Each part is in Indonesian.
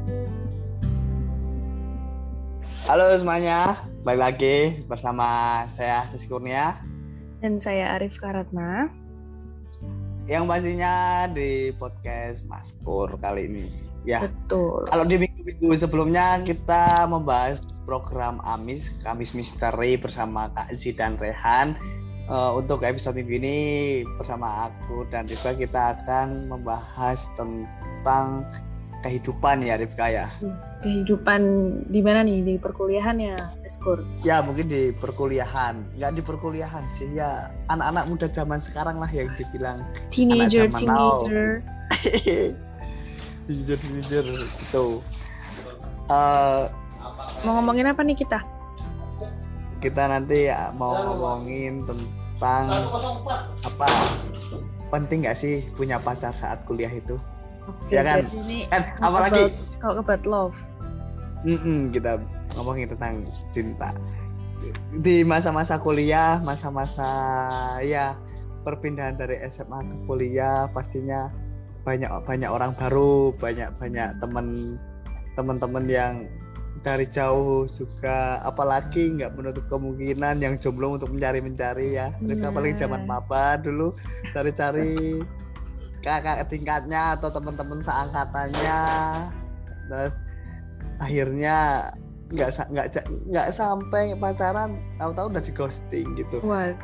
Halo semuanya, balik lagi bersama saya Rizky Kurnia. Dan saya Arif Karatna. Yang pastinya di podcast Maskur kali ini. Ya, Betul. kalau di minggu-minggu sebelumnya kita membahas program Amis, Kamis Misteri bersama Kak Zi dan Rehan. Untuk episode minggu ini bersama aku dan Rifka kita akan membahas tentang kehidupan ya Rifka ya. Kehidupan di mana nih? Di perkuliahan ya, Eskur? Ya mungkin di perkuliahan, nggak di perkuliahan sih ya, anak-anak muda zaman sekarang lah yang dibilang Teenager teenager gitu. Mau ngomongin apa nih kita? Kita nanti ya mau ngomongin tentang apa, penting nggak sih punya pacar saat kuliah itu? Oke, Ya kan? Ini Kan apalagi talk about love. Kita ngomongin tentang cinta di masa-masa kuliah, masa-masa ya perpindahan dari SMA ke kuliah, pastinya banyak orang baru, banyak teman-teman yang dari jauh juga, apalagi nggak menutup kemungkinan yang jomblo untuk mencari ya. Mereka paling zaman maba dulu cari-cari kakak tingkatnya atau teman-teman seangkatannya, terus akhirnya nggak sampai pacaran, tahu-tahu udah di ghosting gitu. Waduh.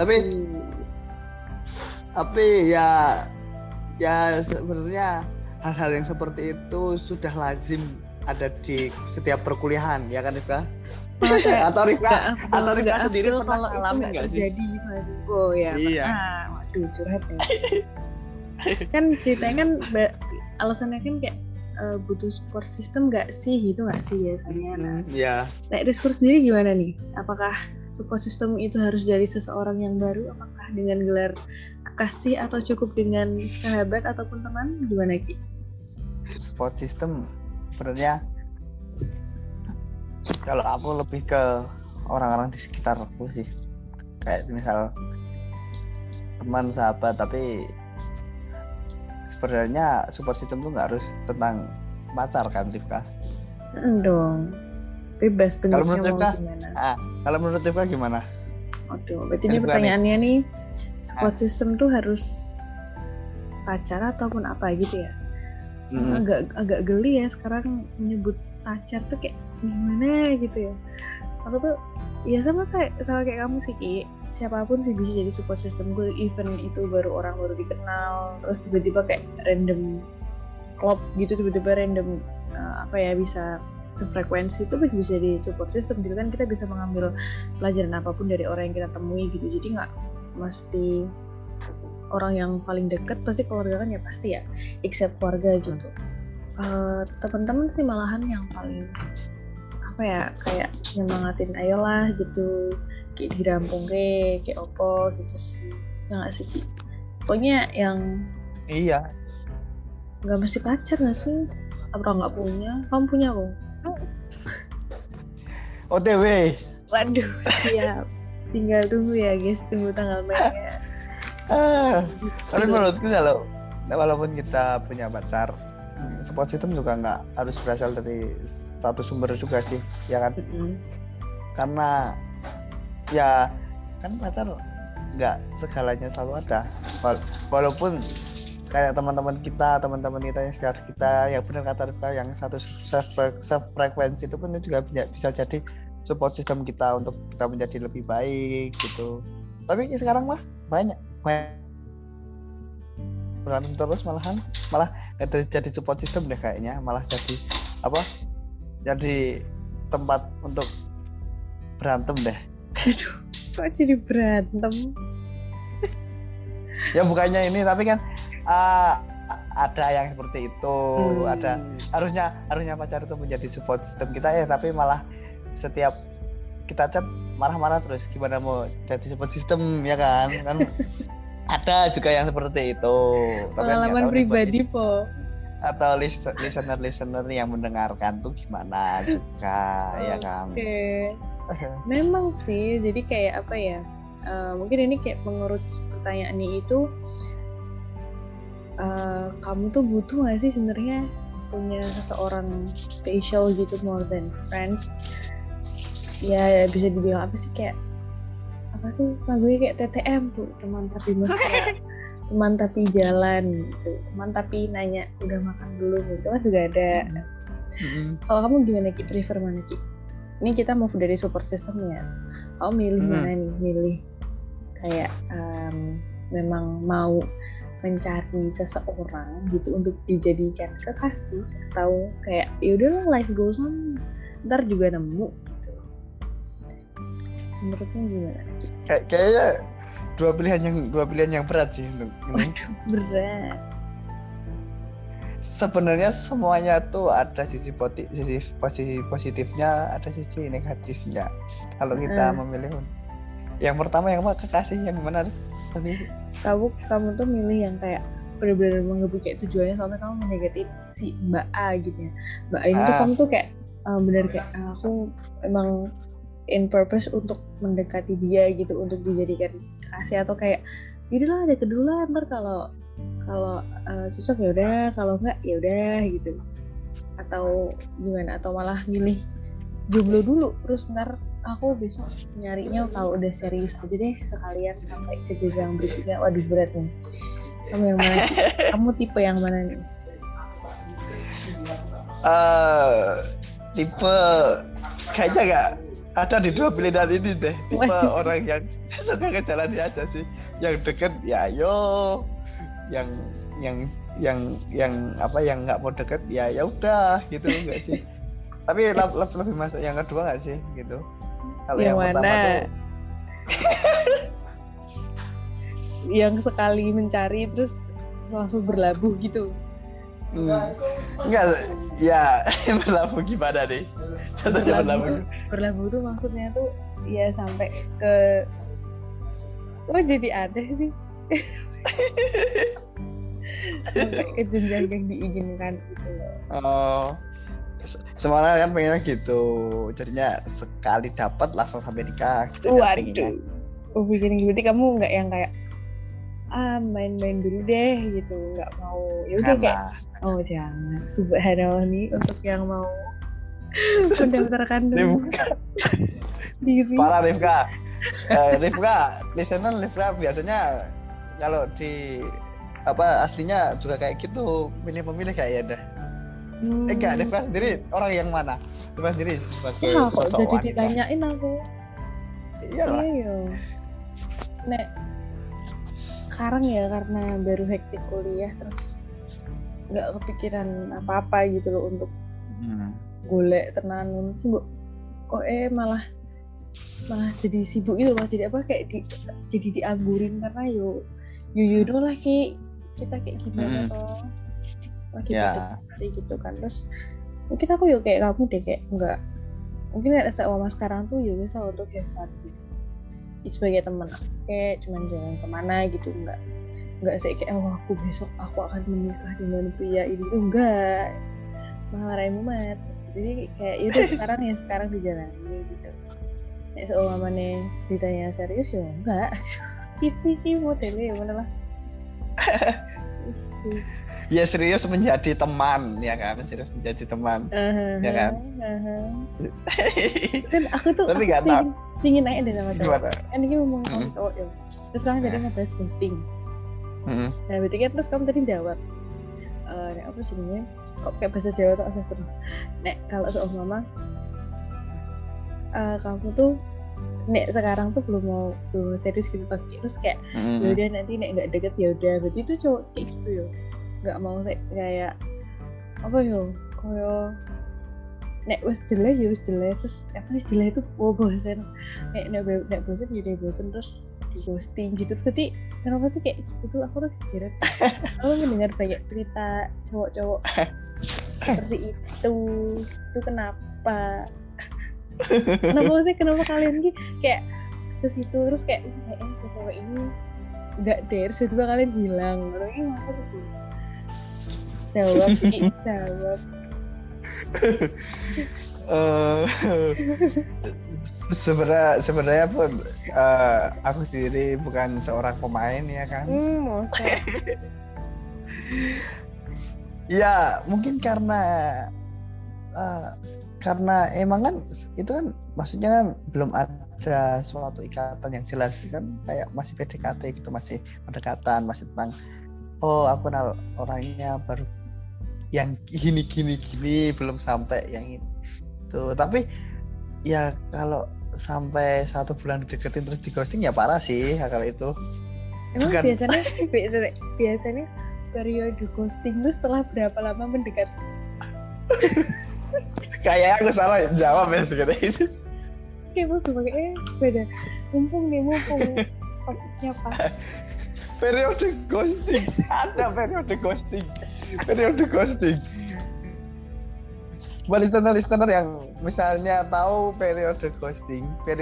Tapi ya sebenarnya hal-hal yang seperti itu sudah lazim ada di setiap perkuliahan ya kan Rifka? Atau Rifka sendiri pernah ngalamin nggak sih? Terjadi gitu. Oh ya. Iya. Waduh, curhat ya. Kan ceritanya kan alasannya kan kayak butuh support system nggak sih gitu nggak sih biasanya? Iya. Nah, diskurs sendiri gimana nih? Apakah support system itu harus dari seseorang yang baru? Apakah dengan gelar kekasih atau cukup dengan sahabat ataupun teman? Gimana Ki? Support system sebenarnya kalau aku lebih ke orang-orang di sekitar aku sih, kayak misal teman, sahabat, tapi sebenarnya support system tuh nggak harus tentang pacar kan Rifka? Dong, bebas bentuknya mau Rifka, gimana. Kalau menurut Rifka gimana? Aduh, berarti ini pertanyaannya nih, support system tuh harus pacar ataupun apa gitu ya? Agak geli ya sekarang menyebut pacar tuh kayak gimana gitu ya. Aku tuh ya sama kayak kamu sih Ki, siapapun sih bisa jadi support system gue, even itu orang baru dikenal, terus tiba-tiba kayak random klop gitu, tiba-tiba random bisa sefrekuensi, itu bisa jadi support system gitu kan. Kita bisa mengambil pelajaran apapun dari orang yang kita temui gitu, jadi nggak mesti orang yang paling dekat, pasti keluarga kan ya pasti ya, except keluarga gitu. Teman-teman sih malahan yang paling kayak nyemangatin ayolah gitu, kayak dirampung kayak opo gitu sih, nggak sih Ki? Pokoknya yang iya nggak mesti pacar nggak sih? Apa nggak punya? Kamu punya kok? OTW. Waduh, siap. Tinggal tunggu ya guys, tunggu tanggal mainnya. Tapi menurutku kalau walaupun kita punya pacar, support system juga nggak harus berasal dari satu sumber juga sih, ya kan? Karena ya kan pacar nggak segalanya selalu ada. Walaupun kayak teman-teman kita yang sekitar kita, yang benar kata Rifka, yang satu frekuensi itu pun juga bisa jadi support system kita untuk kita menjadi lebih baik gitu. Tapi sekarang banyak berantem terus, malah nggak jadi support system deh kayaknya, malah jadi tempat untuk berantem deh. Aduh, kok jadi berantem? Ya bukannya ini, tapi kan ada yang seperti itu. Ada harusnya pacar itu menjadi support system kita ya, tapi malah setiap kita chat marah-marah terus, gimana mau jadi support system ya kan? Kan ada juga yang seperti itu. Pengalaman pribadi po. Atau listener yang mendengarkan tuh gimana juga ya kan? Oke. Memang sih, jadi kayak apa ya? Mungkin ini kayak mengurut pertanyaannya itu, kamu tuh butuh nggak sih sebenarnya punya seseorang special gitu more than friends, ya bisa dibilang apa sih, kayak apa tuh lagunya kayak TTM tuh, teman tapi mesra, teman tapi jalan gitu, teman tapi nanya udah makan belum, itu kan juga ada. Kalau kamu gimana Ki, prefer mana Ki? Ini kita move dari support systemnya, kamu milih mana nih? Milih kayak memang mau mencari seseorang gitu untuk dijadikan kekasih, atau kayak yaudah life goes on, ntar juga nemu gitu. Menurutmu gimana? Kayaknya dua pilihan yang berat sih untuk ini. Berat. Sebenarnya semuanya tuh ada sisi positifnya, ada sisi negatifnya. Kalau kita memilih yang pertama, yang mana kekasih, yang mana tadi? Kamu tuh milih yang kayak benar-benar menggebu kayak tujuannya sampai kamu menegatif si Mbak A gitu ya. Mbak A ini tuh kamu tuh kayak benar kayak aku emang in purpose untuk mendekati dia gitu, untuk dijadikan kekasih, atau kayak yaudahlah ada kedua, ntar kalau cocok ya udah, kalau enggak ya udah gitu. Atau gimana? Atau malah milih jomblo dulu terus ntar aku besok nyarinya kalau udah serius aja deh sekalian sampai ke jenjang berikutnya. Waduh berat nih. Kamu yang mana? Kamu tipe yang mana nih? Tipe kayaknya nggak ada di dua pilihan ini deh. Tipe orang yang suka ngejalanin aja sih. Yang deket ya ayo, yang apa, yang nggak mau deket ya udah gitu nggak sih? Tapi lebih masuk yang kedua nggak sih gitu? Kalau yang pertama tuh yang sekali mencari terus langsung berlabuh gitu. Enggak, ya berlabuh gimana nih? Contohnya berlabuh tuh maksudnya tuh ya sampai ke jadi aneh sih. Sampai ke jenjang yang diinginkan gitu loh. Oh, semuanya kan pengennya gitu, jadinya sekali dapat langsung sampai nikah gitu. Waduh, bikin berarti kamu nggak yang kayak main-main dulu deh gitu, nggak mau ya udah kayak jangan, subhanallah nih untuk yang mau mendaftarkan dulu diri. Parah Rifka. Listener Rifka biasanya kalau di aslinya juga kayak gitu, milih-memilih kayak ya dah. Enggak, Rifka sendiri orang yang mana? Rifka sendiri sebagai kok jadi wanita. Ditanyain aku. Iyalah. Iya. Nek sekarang ya karena baru hektik kuliah terus nggak kepikiran apa-apa gitu loh untuk golek tenanan tuh kok malah jadi sibuk itu, mas jadi apa kayak jadi dianggurin karena yo lah kita kayak gimana toh lagi gitu kan. Terus mungkin aku yo kayak kamu deh, kayak enggak mungkin ada sama sekarang tuh yo bisa untuk have fun gitu sebagai teman, kayak cuman jalan kemana gitu, enggak sih kayak aku besok aku akan menikah dengan pria ini tuh enggak, malah remet. Jadi kayak itu sekarang dijalani gitu. Nek seumpamane ditanya serius ya enggak. Iki modelnya mana lah. Ya serius menjadi teman, ya kan? Serius menjadi teman, ya kan? Kan aku tuh pingin nanya deh sama cowok. Kan ini ngomong sama cowok ya. Terus kamu tadi ngebahas ghosting. Nah berarti kan terus kamu tadi jawab. Apa sih namanya? Kok kayak bahasa Jawa tuh asal terus. Nek kalau soal mama, kamu tuh nek sekarang tuh belum serius gitu kan, terus kayak yaudah nanti nek nggak deket ya udah, berarti itu cowok kayak gitu yo, nggak mau kayak apa yo, koyo nek wis jelek ya wis jelek, terus apa sih jelek itu bosen, nek bosen ya bosen terus di ghosting gitu. Berarti kenapa sih kayak gitu tuh? Aku tuh kira aku mendengar banyak cerita cowok-cowok seperti itu kenapa kalian kayak ke situ terus kayak si cewek ini nggak dare, tiba-tiba kalian hilang, orangnya apa sih? Jawab. Sebenarnya pun aku sendiri bukan seorang pemain ya kan. Masa Ya mungkin karena emang kan itu kan maksudnya kan belum ada suatu ikatan yang jelas kan, kayak masih PDKT gitu, masih pendekatan, masih tentang aku kenal orangnya baru yang gini, belum sampai yang itu. Tapi ya kalau sampai 1 bulan dideketin terus di ghosting ya parah sih kalau itu. Emang biasanya periode ghosting itu setelah berapa lama mendekat? Kayak aku salah jawab ya seperti itu. Kayak maksud pakai beda. Mumpung waktunya pas. Periode ghosting. Ada periode ghosting. Buat listener yang misalnya tahu periode ghosting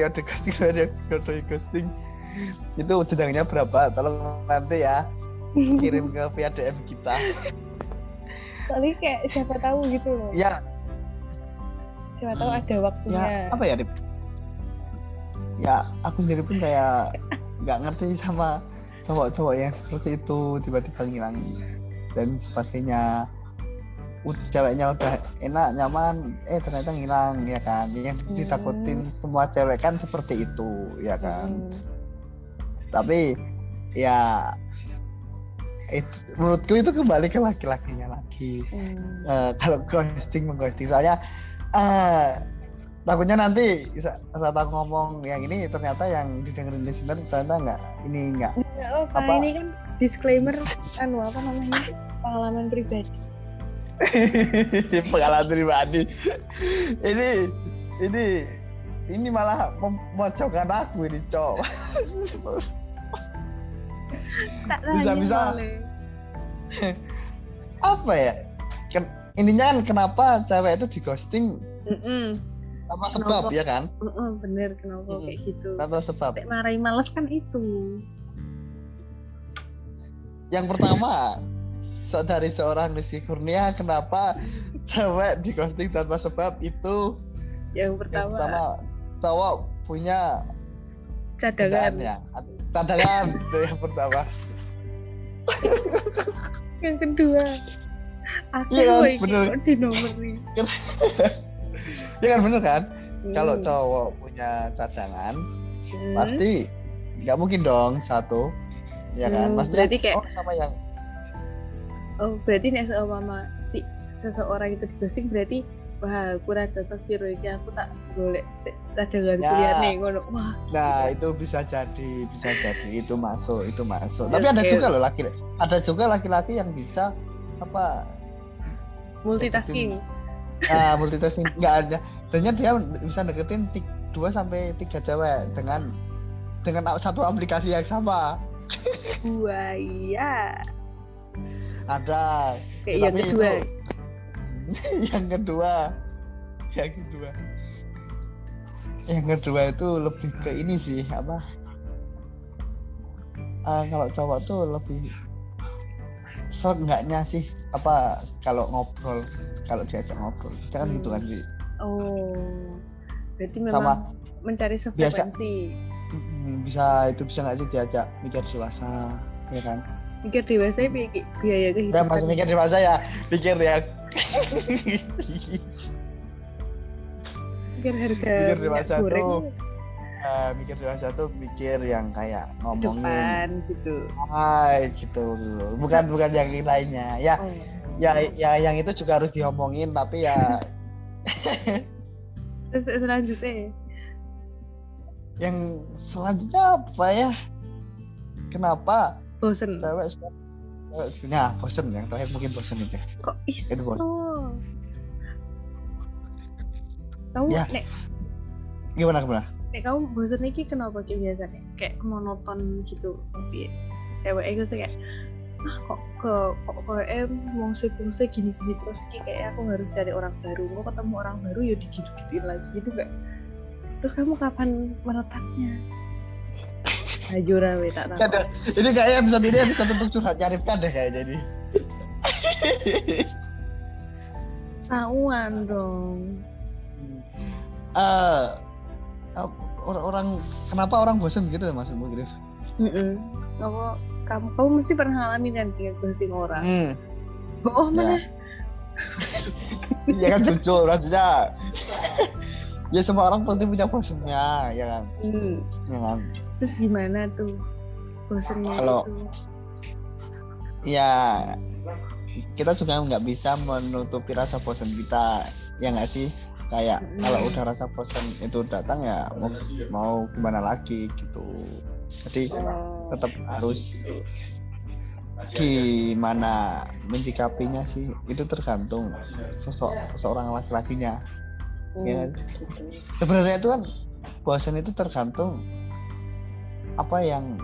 itu jenjangnya berapa, tolong nanti ya kirim ke via DM kita. Soalnya kayak siapa tahu gitu loh. Ya. Siapa tahu ada waktunya. Ya, apa ya, Dip? Ya, aku sendiri pun kayak nggak ngerti sama cowok-cowok yang seperti itu, tiba-tiba ngilang dan sebagainya. Ceweknya udah enak, nyaman, ternyata ngilang, ya kan? Yang ditakutin semua cewek kan seperti itu, ya kan? Tapi ya menurutku itu kembali ke laki-lakinya lagi. Kalau ghosting soalnya takutnya nanti saat aku ngomong yang ini ternyata yang didengerin listener ternyata enggak apa ini kan disclaimer apa namanya, pengalaman pribadi. Pengalaman pribadi ini malah memojokkan aku ini, cowok. bisa apa ya, intinya kan kenapa cewek itu di ghosting tanpa sebab, ya kan? Bener, kenapa kayak gitu tanpa sebab, marahin males kan itu. Yang pertama dari seorang Rizky Kurnia, kenapa cewek di ghosting tanpa sebab itu? Yang pertama cowok punya cadangan itu yang pertama. Yang kedua aku kok di nomor ini. Ya kan, bener kan? Kalau cowok punya cadangan pasti nggak mungkin dong satu, ya kan? Maksudnya berarti kayak sama yang berarti nek seumpama si seseorang itu di ghosting berarti wah kurang cocok kira iki, aku tak golek cadangan liyane ngono. Wah. Nah, itu bisa jadi itu masuk. Tapi ada juga laki-laki yang bisa multitasking. Multitasking enggak ada. Ternyata dia bisa deketin 2-3 cewek dengan satu aplikasi yang sama. Iya. Ada. Kayak yang kedua itu lebih ke ini sih, kalau cowok tuh lebih serem enggaknya sih kalau diajak ngobrol jangan gitu kan sih. Berarti memang mencari sefrekuensi. Bisa nggak sih diajak mikir dewasa, ya kan? Mikir dewasa biaya kehidupan. Ya, maksud mikir dewasa ya, pikir ya. Mikir harga dewasa goreng. Mikir dewasa tuh mikir yang kayak ngomongin depan gitu. Gitu. Bukan yang lainnya. Ya yang itu juga harus diomongin, tapi ya selanjutnya. Yang selanjutnya apa ya? Kenapa? Bosen. Nah, bosen, yang terakhir mungkin bosen itu. Kok itu bosen. Kamu gimana? Nek kamu bosen iki kenapa kayak biasanya? Kayak monoton gitu. Tapi cewek itu kayak kok mau sibuk gini terus kayak aku harus cari orang baru. Mau ketemu orang baru ya digitu-gituin lagi gitu enggak? Terus kamu kapan menetapnya? Hajura we tak tahu. Ini kayaknya episode untuk curhat nyaripkan deh kayak jadi. Tauan dong. Kenapa orang bosan gitu maksudmu, Grif? Kamu mesti pernah ngalamin kan ghosting orang. Mana? Ya kan jujur maksudnya. Ya semua orang pasti punya bosennya, ya kan. Ya kan. Terus gimana tuh bosennya Kalau itu? Ya kita juga nggak bisa menutupi rasa bosan kita, ya nggak sih? Kayak kalau udah rasa bosan itu datang ya mau gimana lagi gitu. Jadi tetap harus gimana menyikapinya sih, itu tergantung seorang laki-lakinya. Ya kan? Sebenarnya itu kan bosan itu tergantung apa yang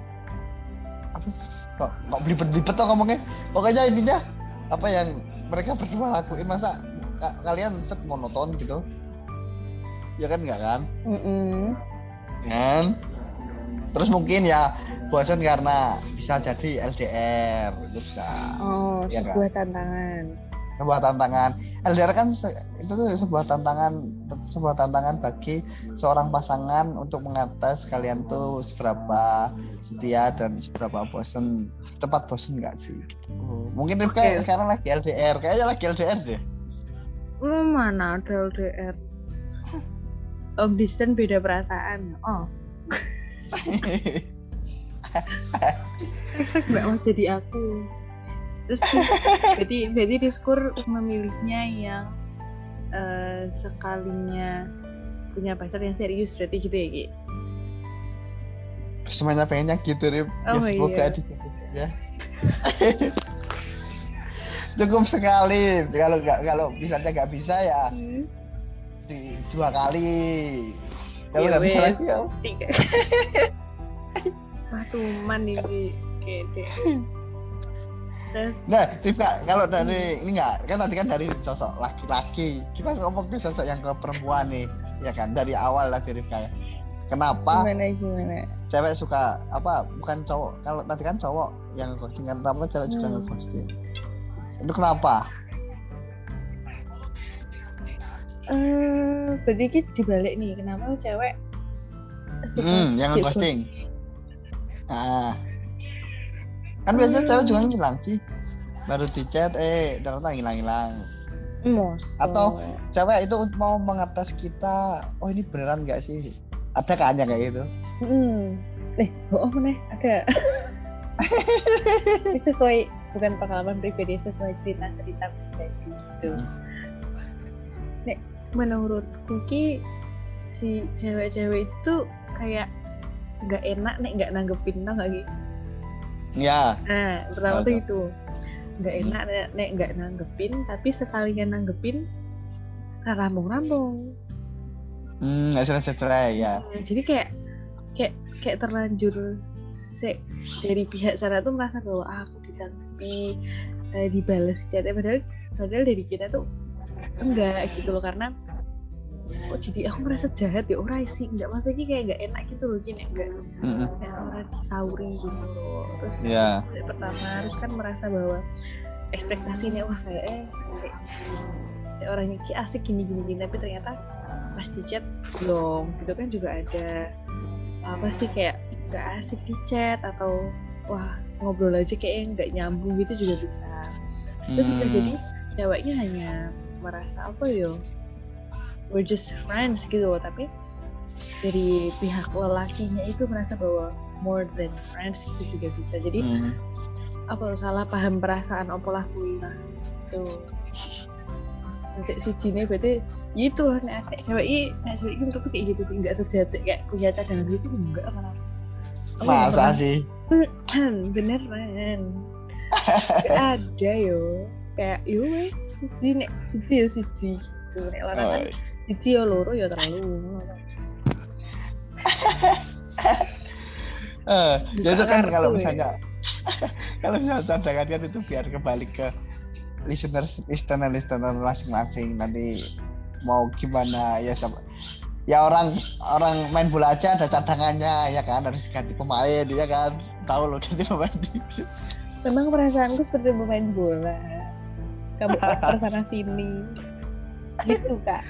kok belibet-belibet tuh ngomongnya. Pokoknya intinya apa yang mereka berdua lakuin, masa kalian tetap monoton gitu, ya kan nggak kan? Kan terus mungkin ya bosan karena bisa jadi LDR itu bisa. Ya sebuah kan? tantangan LDR kan itu tuh sebuah tantangan bagi seorang pasangan untuk mengatas kalian tuh seberapa setia dan seberapa cepat bosen nggak sih gitu. Mungkin Rifka sekarang lagi LDR, kayaknya lagi LDR deh. Mana ada LDR, long distance beda perasaan. Expect nggak mau jadi aku. Terus berarti Rizkur memilihnya yang sekalinya punya pacar yang serius, berarti gitu ya Ki? Semuanya pengennya gitu Rip. Semoga ya. Cukup sekali. Kalau misalnya nggak bisa ya di 2 kali. Kalau nggak bisa lagi ya 3. Matuman ini kede. Nah, Rifka, kalau dari ini nggak, kan tadi kan dari sosok laki-laki, kita ngomong ke sosok yang ke perempuan nih, ya kan, dari awal lagi Rifka ya. Kenapa? Gimana? Cewek suka apa? Bukan cowok. Kalau tadi kan cowok yang ghosting, kan kenapa cewek juga nge-ghosting? Itu kenapa? Berarti kita dibalik nih, kenapa cewek suka yang nge-ghosting? Nah, kan biasanya cewek juga ngilang sih, baru di chat ternyata hilang. Atau cewek itu mau mengatas kita, oh ini beneran nggak sih, ada kan yang kayak gitu? Ada. Ini sesuai, bukan pengalaman pribadi, sesuai cerita pribadi gitu. Nek menurutku Ki, si cewek-cewek itu kayak nggak enak nek nggak nanggepin, tau nggak gitu? Ya. Nah, pertama tuh itu nggak enak nek nggak nanggepin, tapi sekalian nanggepin rambung. Nggak selesai ya. Jadi kayak terlanjur dari pihak sana tuh merasa bahwa aku ditanggapi, dibalas chatnya, padahal dari kita tuh enggak gitu loh, karena kok jadi aku merasa jahat ya orang sih, enggak, maksudnya kayak enggak enak gitu loh, gini enggak kayak orang disauri gitu loh. Terus pertama harus kan merasa bahwa ekspektasinya wah kayak orangnya asik gini, tapi ternyata pas di chat belum gitu kan, juga ada apa sih kayak enggak asik di chat, atau wah ngobrol aja kayak enggak nyambung gitu juga bisa. Terus bisa jadi ceweknya hanya merasa apa yo, we're just friends gitu loh, tapi dari pihak lelakinya itu merasa bahwa more than friends itu juga bisa. Jadi salah paham perasaan opolah kui itu si Jine, berarti itu lah nek cewek ini untuk kayak gitu sih, nggak sejahat kayak punya cadangan gitu, enggak apa masa sih beneran nggak ada yo, kayak yo wes siji gitu, nek larangan siji yo loro yo terlalu ya itu kan kalau misalnya cadangan kan itu biar kembali ke listener masing-masing, nanti mau gimana ya orang main bola aja ada cadangannya ya kan, harus ganti pemain ya kan, tahu lo ganti pemain. Memang perasaanku seperti pemain bola, kamu persana sini gitu Kak.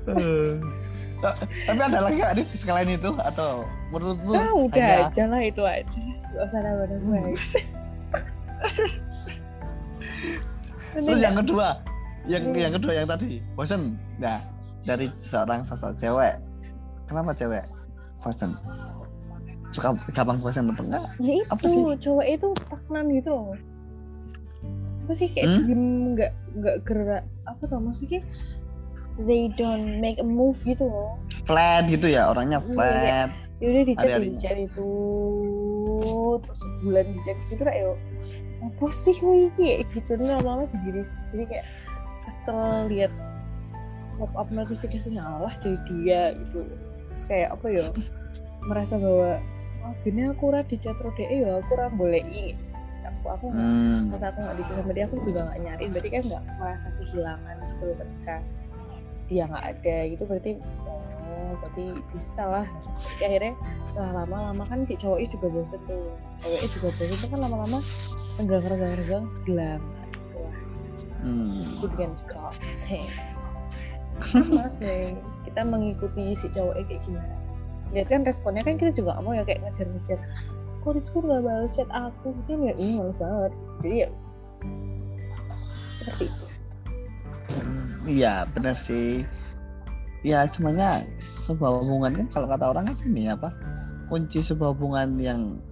Tapi ada lagi nggak nih selain itu, atau menurutmu udah aja lah, itu aja, nggak usah nambah-nambah. Terus yang kedua Yang kedua yang tadi bosen. Nah, dari seorang sosok cewek, kenapa cewek bosen? Suka gampang bosen atau enggak? Ya itu, apa sih? Cowok itu stagnan gitu loh. Apa sih kayak diem, nggak gerak, apa tau maksudnya? They don't make a move gitu loh. Flat gitu ya, orangnya flat. Yaudah dicari itu, terus sebulan dicari gitu lah yo. Apa sih kayak gitu nih lama-lama jadi kayak kesel lihat pop-up notifikasinya Allah dari dia gitu. Terus kayak apa ya, merasa bahwa gini aku ora di chat rode ya aku ora bolehi aku masa aku nggak dikasih sama dia, aku juga nggak nyariin, berarti kan nggak merasa kehilangan gitu loh ketika dia nggak ada gitu, berarti bisa lah. Jadi akhirnya setelah lama-lama kan si cowoknya juga bosen tuh, kan lama-lama renggang hilang gitu lah. Itu dengan ghosting. Mas nih kita mengikuti si cowoknya kayak gimana, lihat kan responnya kan kita juga nggak mau ya kayak ngejar kok Rizko nggak balas chat aku gitu ya, ini males banget, jadi ya seperti itu. Iya benar sih ya, semuanya sebuah hubungan kan kalau kata orang kan ini apa, kunci sebuah hubungan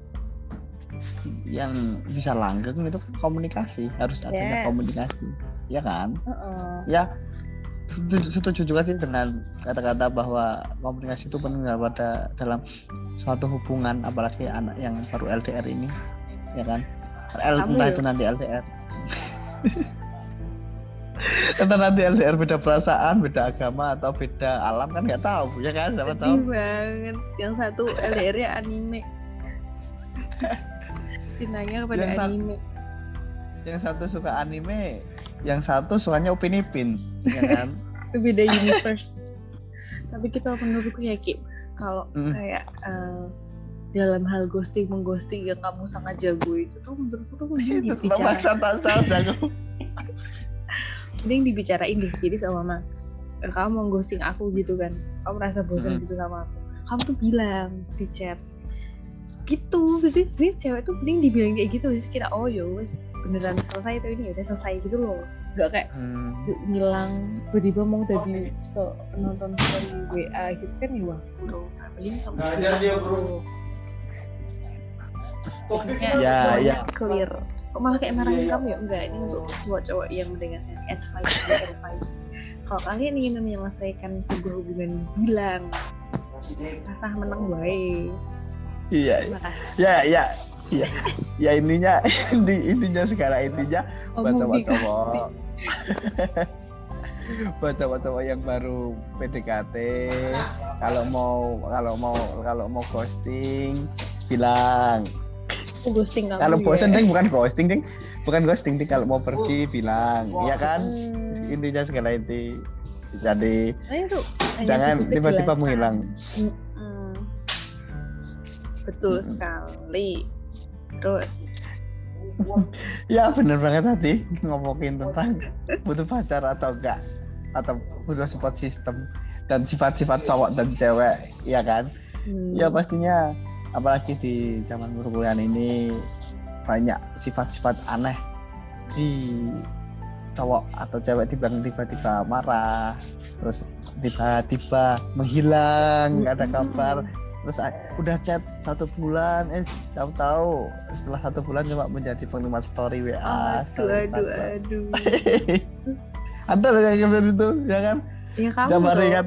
yang bisa langgeng itu kan komunikasi, harus adanya komunikasi ya kan. Ya setuju juga sih dengan kata-kata bahwa komunikasi itu penting pada dalam suatu hubungan, apalagi anak yang baru LDR ini ya kan. Entah itu nanti LDR entah nanti LDR beda perasaan, beda agama atau beda alam kan nggak tahu ya kan, siapa tahu. Banget yang satu LDR-nya anime cintanya kepada anime, yang satu suka anime, yang satu sukanya Upin Ipin ya kan. Beda universe. Tapi kita menurutku ya Ki, kalau kayak dalam hal mengghosting yang kamu sangat jago itu tuh menurutku tuh mending dibicarain deh. Jadi sama mama, kamu mau ghosting aku gitu kan, kamu merasa bosan gitu sama aku, kamu tuh bilang di chat gitu. Berarti sebenarnya cewek tuh mending dibilang kayak gitu, jadi kita wes beneran selesai tuh, ini udah selesai gitu loh, nggak kayak ngilang tiba-tiba mau jadi penonton story WA gitu kan ya. Wah bro, mending kamu ya clear. Kok malah kayak marahin kamu ya? Enggak, ini untuk cowok-cowok yang mendengarkan advice. Kalau kalian ingin menyelesaikan sebuah hubungan, bilang rasa menang baik. Iya. Ya intinya sekarang buat cowok yang baru PDKT, kalau mau ghosting bilang. Ghosting kamu. Kalau bosan ding bukan ghosting, kalau mau pergi bilang, ya kan? Intinya segala itu. Jadi jangan tiba-tiba menghilang. Betul sekali. Terus ya benar banget tadi ngomongin tentang butuh pacar atau enggak, atau butuh support system dan sifat-sifat cowok dan cewek, ya kan? Ya pastinya apalagi di zaman perkuliahan ini banyak sifat-sifat aneh di cowok atau cewek, tiba-tiba marah, terus tiba-tiba menghilang, nggak ada kabar, terus udah chat 1 bulan, tahu-tahu setelah 1 bulan cuma menjadi penggemar story WA. Aduh. Ada loh yang kayak gitu, ya kan? Ya kamu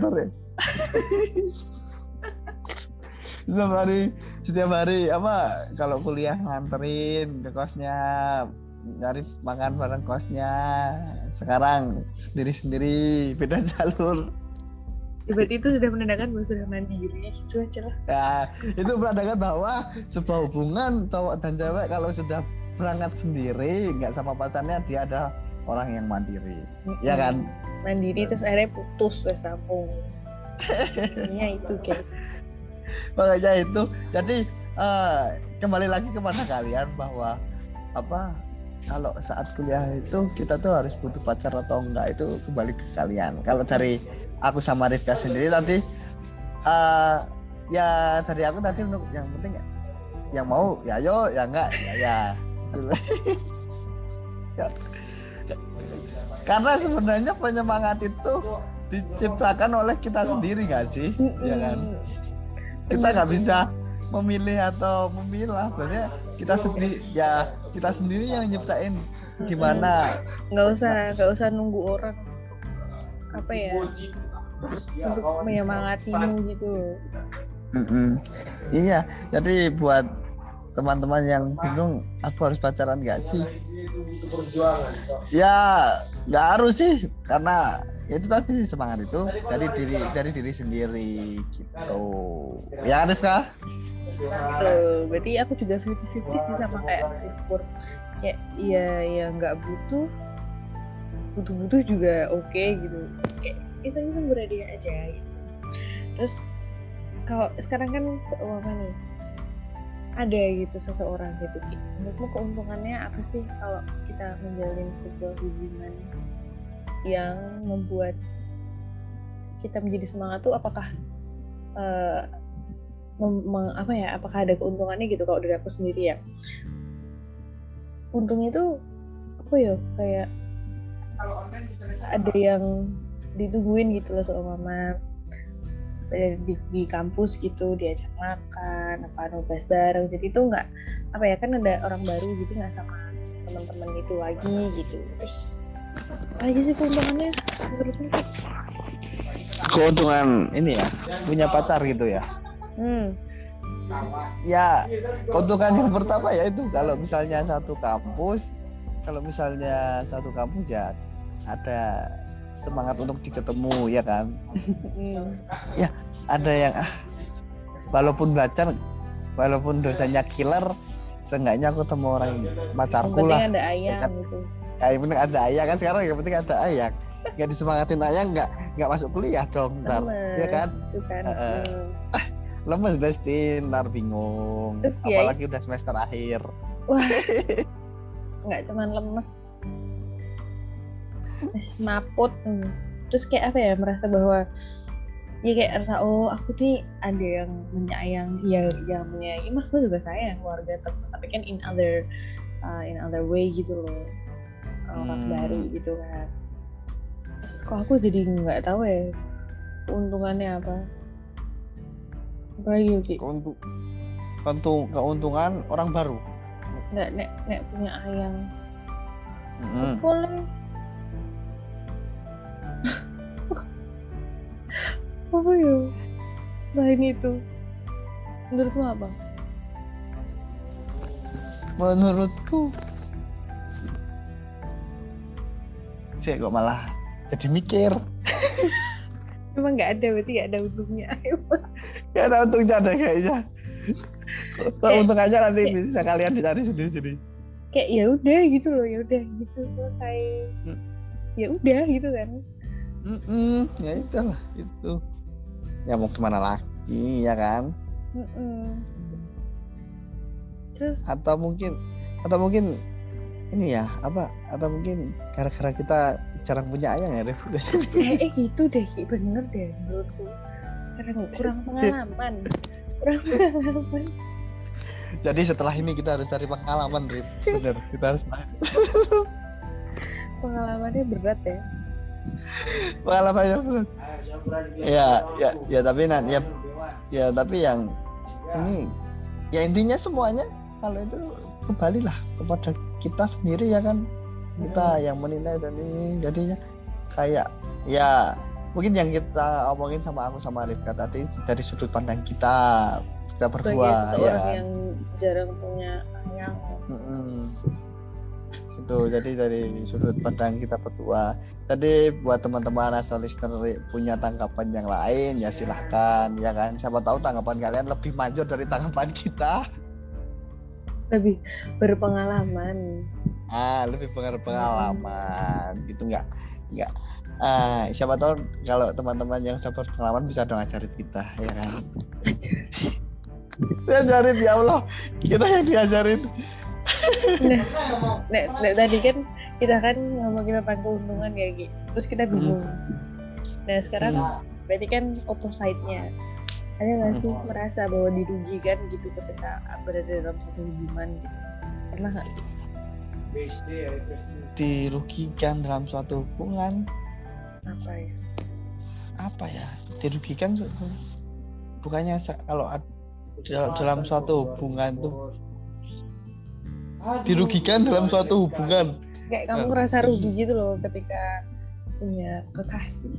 setiap hari apa kalau kuliah nganterin ke kosnya, nyari makan bareng kosnya. Sekarang sendiri-sendiri, beda jalur. Berarti itu sudah menandakan bahwa sudah mandiri, itu aja lah. Ya, itu menandakan bahwa sebuah hubungan cowok dan cewek kalau sudah berangkat sendiri, nggak sama pacarnya, dia ada orang yang mandiri, ya kan? Mandiri terus akhirnya putus, wes rampung. Ini itu guys. Makanya itu, jadi kembali lagi kepada kalian bahwa kalau saat kuliah itu kita tuh harus butuh pacar atau enggak, itu kembali ke kalian. Kalau dari aku sama Rifka sendiri nanti ya dari aku tadi yang penting yang mau ya ayo, ya enggak ya. Karena sebenarnya penyemangat itu diciptakan oleh kita sendiri nggak sih? Ya kan? Kita nggak bisa memilih atau memilah. Sebenarnya kita sendiri, ya kita sendiri yang nyiptain gimana. Nggak usah nunggu orang apa ya untuk menyemangatimu gitu. Iya, jadi buat teman-teman yang bingung, aku harus pacaran nggak sih? Ya nggak harus sih, karena itu tadi semangat itu dari diri sendiri gitu. Ya Rifka? Betul, berarti aku juga 50-50 sih sama kayak Rizpur. Kayak ya nggak butuh juga oke gitu. Kayak bisa berhadiah aja gitu. Terus kalau sekarang kan seumpama nih ada gitu seseorang gitu, menurutmu keuntungannya apa sih kalau kita menjalin sebuah hubungan yang membuat kita menjadi semangat tuh? Apakah apakah ada keuntungannya gitu? Kalau dari aku sendiri ya, untungnya tuh apa ya, kayak ada yang ditungguin gitu loh seumpama di kampus gitu, diajak makan nugas bareng, jadi itu nggak apa ya, kan ada orang baru gitu, nggak sama teman-teman itu lagi gitu. Terus apa aja sih keuntungannya menurutmu? Keuntungan ini ya, punya pacar gitu ya. Ya keuntungan yang pertama ya itu, kalau misalnya satu kampus ya ada semangat untuk diketemu, ya kan. Ya ada yang walaupun dosanya killer, seenggaknya aku ketemu orang pacarku lah. Yang penting ada ayang kan? Gitu. Yang penting ada ayang kan sekarang, yang penting ada ayang. Nggak disemangatin ayang nggak masuk kuliah dong ntar. Ya kan. Lemes pasti, ntar bingung. Terus, apalagi udah semester akhir. Wah, nggak cuman lemes, maput. Terus kayak apa ya, merasa bahwa ya kayak rasa aku nih ada yang menyayangi, yang menyayangi, maksudnya juga sayang keluarga, tapi kan in other way gitu loh, orang baru gitu kan. Terus kok aku jadi nggak tahu ya keuntungannya apa lagi Uki? Keuntungan orang baru nggak nek punya ayang boleh. Apa ya lain itu menurutmu apa? Menurutku saya kok malah jadi mikir. Memang nggak ada, berarti nggak ada untungnya. Nggak ada untungnya ada kayaknya. Untungannya nanti bisa kalian dicari sendiri. Kayak ya udah gitu loh, ya udah gitu selesai. Ya udah gitu kan. Ya itulah itu. Ya mau gimana lagi, ya kan? Terus atau mungkin ini ya apa? Atau mungkin gara-gara kita jarang punya ayang ya, Rif? Gitu deh, bener deh menurutku. Karena kurang pengalaman. Jadi setelah ini kita harus cari pengalaman, Rif. Bener, kita harus. Pengalamannya berat ya. Pengalamannya berat. Ya tapi tapi yang ini ya intinya semuanya kalau itu kembali lah kepada kita sendiri, ya kan. Kita yang menilai, dan ini jadinya kayak ya mungkin yang kita omongin sama aku sama Rifka tadi dari sudut pandang kita berdua, sebagai seseorang ya kan? Yang jarang punya ayang. Itu jadi dari sudut pandang kita berdua. Tadi buat teman-teman asal listener punya tanggapan yang lain ya silahkan, ya kan. Siapa tahu tanggapan kalian lebih manjur dari tanggapan kita. Lebih berpengalaman. Lebih berpengalaman gitu, nggak siapa tahu kalau teman-teman yang udah berpengalaman bisa dong ajarin kita, ya kan. Diajarin, ya Allah, kita yang diajarin. Nah, tadi kan kita kan ngomongin tentang keuntungan kayak gitu, terus kita bingung. Nah sekarang berarti kan opposite-nya, ada nggak sih merasa bahwa dirugikan gitu ketika berada dalam satu hubungan gitu? Pernah nggak? dirugikan dalam suatu hubungan. Apa ya? Dirugikan bukannya kalau dalam suatu hubungan tuh dirugikan dalam suatu hubungan. Kayak kamu ngerasa rugi gitu loh ketika punya kekasih.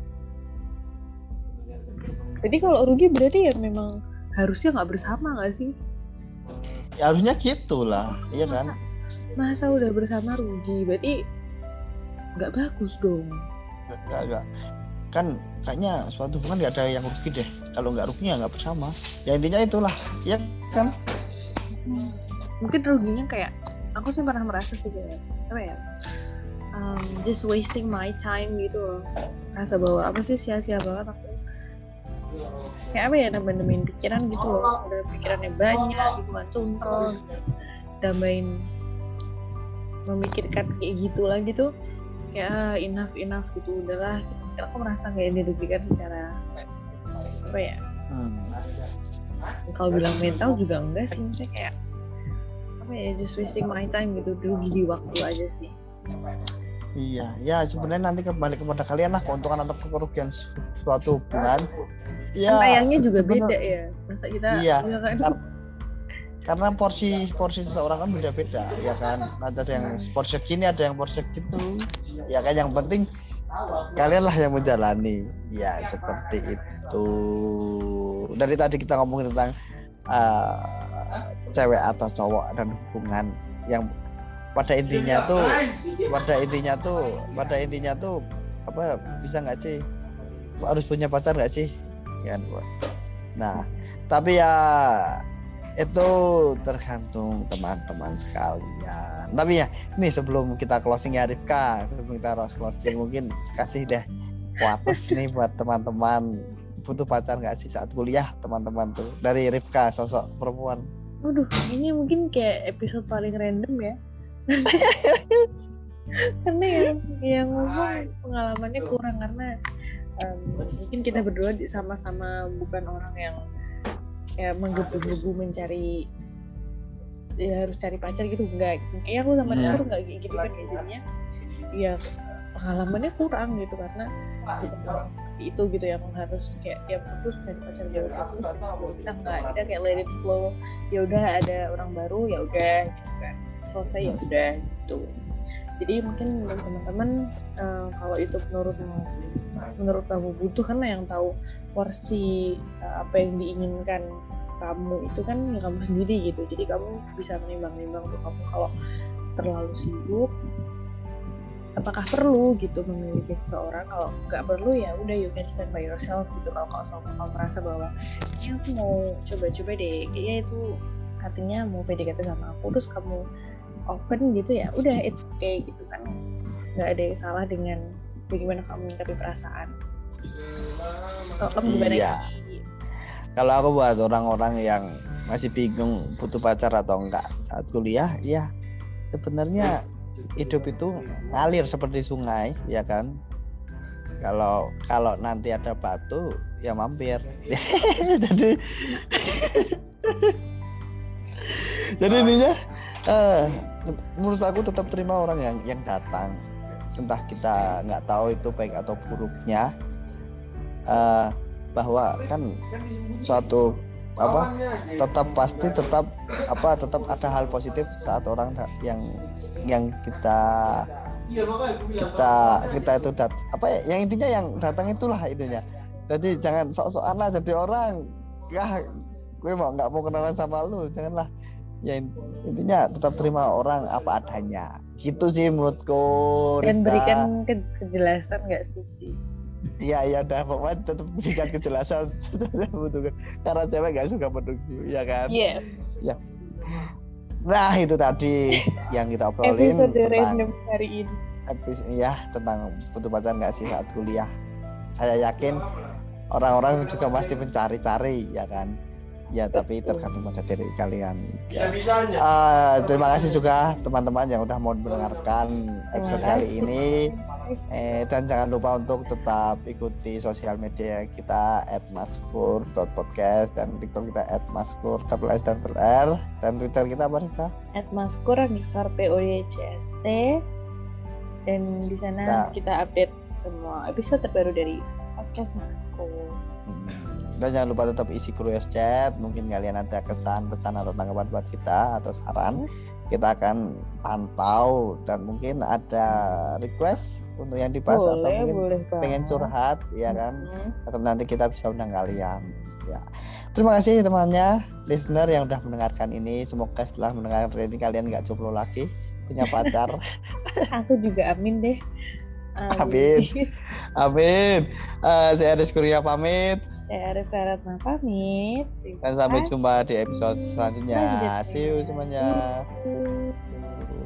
Jadi kalau rugi berarti ya memang harusnya nggak bersama nggak sih? Ya, harusnya gitulah, iya kan? Masa udah bersama rugi, berarti nggak bagus dong. Nggak. Kan kayaknya suatu hubungan nggak ada yang rugi deh. Kalau nggak rugi ya nggak bersama. Ya intinya itulah, ya kan? Mungkin ruginya kayak aku sih pernah merasa sih kayak apa ya? Just wasting my time gitu loh. Rasa bahwa apa sih sia-sia banget aku. Kayak apa ya, nambah-nambahin pikiran gitu loh. Udah pikirannya banyak gitu kan, tuntel. Tambahin memikirkan kayak gitulah gitu. Kayak enough gitu, udahlah. Aku merasa kayak dirugikan secara apa ya? Kalau bilang mental juga enggak sih, maksudnya kayak apa ya, just wasting my time gitu, rugi di waktu aja sih. Iya, ya sebenarnya nanti kembali kepada kalian lah keuntungan atau kerugian suatu hubungan. Ya, tayangnya juga beda ya, masa kita iya, kan? Karena porsi seseorang kan beda-beda, ya kan. Ada yang porsi gini, ada yang porsi gitu. Ya kan, yang penting kalian lah yang menjalani. Ya seperti itu. Dari tadi kita ngomongin tentang cewek atau cowok dan hubungan yang pada intinya tuh apa, bisa nggak sih harus punya pacar nggak sih, kan? Nah, tapi ya itu tergantung teman-teman sekalian. Tapi ya ini sebelum kita closing ya Rifka, sebelum kita closing mungkin kasih deh quotes nih buat teman-teman, butuh pacar nggak sih saat kuliah teman-teman tuh, dari Rifka, sosok perempuan. Waduh, ini mungkin kayak episode paling random ya. Karena yang ngomong pengalamannya kurang, karena mungkin kita berdua sama-sama bukan orang yang ya menggebu-gebu mencari, ya harus cari pacar gitu, enggak. Kayaknya aku sama Rizky enggak gitu kan ya, jadinya ya pengalamannya kurang gitu, karena seperti itu gitu yang harus kayak tiap putus cari pacar jauh putus, kita enggak, kita kayak let it flow, ya udah ada orang baru ya udah gitu kan, selesai ya udah gitu. Jadi mungkin teman-teman kalau itu menurut kamu butuh, karena yang tahu porsi apa yang diinginkan kamu itu kan ya kamu sendiri gitu. Jadi kamu bisa menimbang-nimbang tuh, kamu kalau terlalu sibuk apakah perlu gitu memiliki seseorang. Kalau nggak perlu ya udah, you can stand by yourself gitu. Kalau kamu merasa bahwa ya aku mau coba-coba deh, kayaknya itu artinya mau PDKT sama aku, terus kamu open gitu, ya udah, it's okay gitu kan, nggak ada yang salah dengan bagaimana kamu menyikapi perasaan. Kalau kamu gimana? Iya. Kalau aku buat orang-orang yang masih bingung butuh pacar atau enggak saat kuliah, ya sebenarnya hidup itu ngalir seperti sungai, ya kan. Kalau nanti ada batu ya mampir. jadi ininya menurut aku tetap terima orang yang datang, entah kita nggak tahu itu baik atau buruknya, bahwa kan suatu tetap ada hal positif saat orang yang kita itu yang intinya yang datang itulah intinya. Jadi jangan sok-sokan lah jadi orang, ya gue nggak mau kenalan sama lu, janganlah. Ya intinya tetap terima orang apa adanya, gitu sih menurutku. Dan berikan kejelasan nggak sih? Iya dah, pokoknya tetap berikan kejelasan. Karena cewek nggak suka menunggu, ya kan? Yes. Ya. Nah itu tadi yang kita obrolin episode random hari ini. Ya, tentang butuh pacar nggak sih saat kuliah. Saya yakin orang-orang juga pasti mencari-cari, ya kan? Ya, tapi tergantung pada diri kalian. Ya. Terima kasih juga teman-teman yang udah mau mendengarkan episode kali ini. Dan jangan lupa untuk tetap ikuti sosial media kita @maskur.podcast dan TikTok kita @maskur_s dan Twitter kita apa Rika? @maskur_podcast. Dan di sana kita update semua episode terbaru dari podcast Maskur. Dan jangan lupa tetap isi curious chat. Mungkin kalian ada kesan, pesan atau tanggapan buat kita atau saran, kita akan pantau. Dan mungkin ada request untuk yang dibahas atau mungkin pengen curhat, ya kan? Atau nanti kita bisa undang kalian. Ya. Terima kasih temannya, listener yang udah mendengarkan ini. Semoga setelah mendengarkan ini kalian nggak jomblo lagi, punya pacar. Aku juga amin deh. Amin. Saya Aris Kurnia pamit. Saya Arif Ratna pamit. Dan sampai jumpa di episode selanjutnya. See you semuanya.